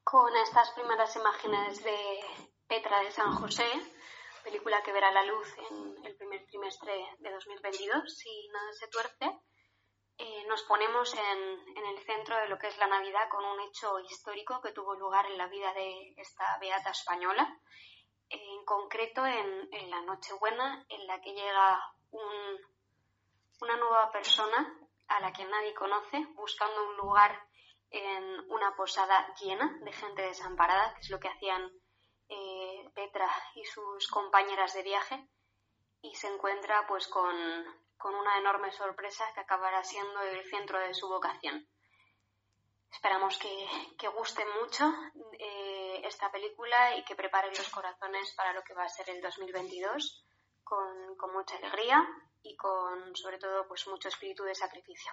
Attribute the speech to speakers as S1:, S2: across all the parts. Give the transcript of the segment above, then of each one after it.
S1: Con estas primeras imágenes de Petra de San José, película que verá la luz en el primer trimestre de 2022, si nada se tuerce, nos ponemos en el centro de lo que es la Navidad con un hecho histórico que tuvo lugar en la vida de esta beata española, en concreto en la Nochebuena, en la que llega una nueva persona a la que nadie conoce, buscando un lugar en una posada llena de gente desamparada, que es lo que hacían Petra y sus compañeras de viaje, y se encuentra pues con una enorme sorpresa que acabará siendo el centro de su vocación. Esperamos que guste mucho esta película y que preparen los corazones para lo que va a ser el 2022 con mucha alegría y con, sobre todo, pues mucho espíritu de sacrificio.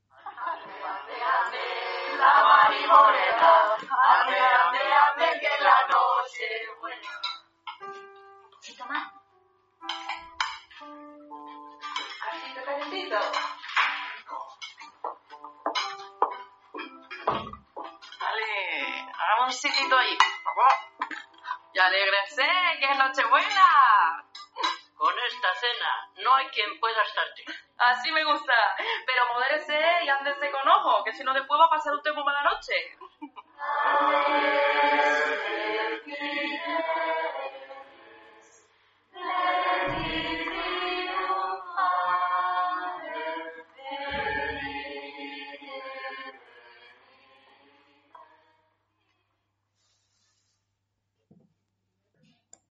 S2: Ande, la marimorena, ande, que la noche buena.
S3: Un poquito más.
S2: Así calentito.
S4: Vale, hagamos un sitio ahí, por favor. Y alégrese, que es Nochebuena.
S5: Con esta cena no hay quien pueda estarte.
S4: Así me gusta, pero modérese y ándese con ojo, que si no después va a pasar usted muy mala noche.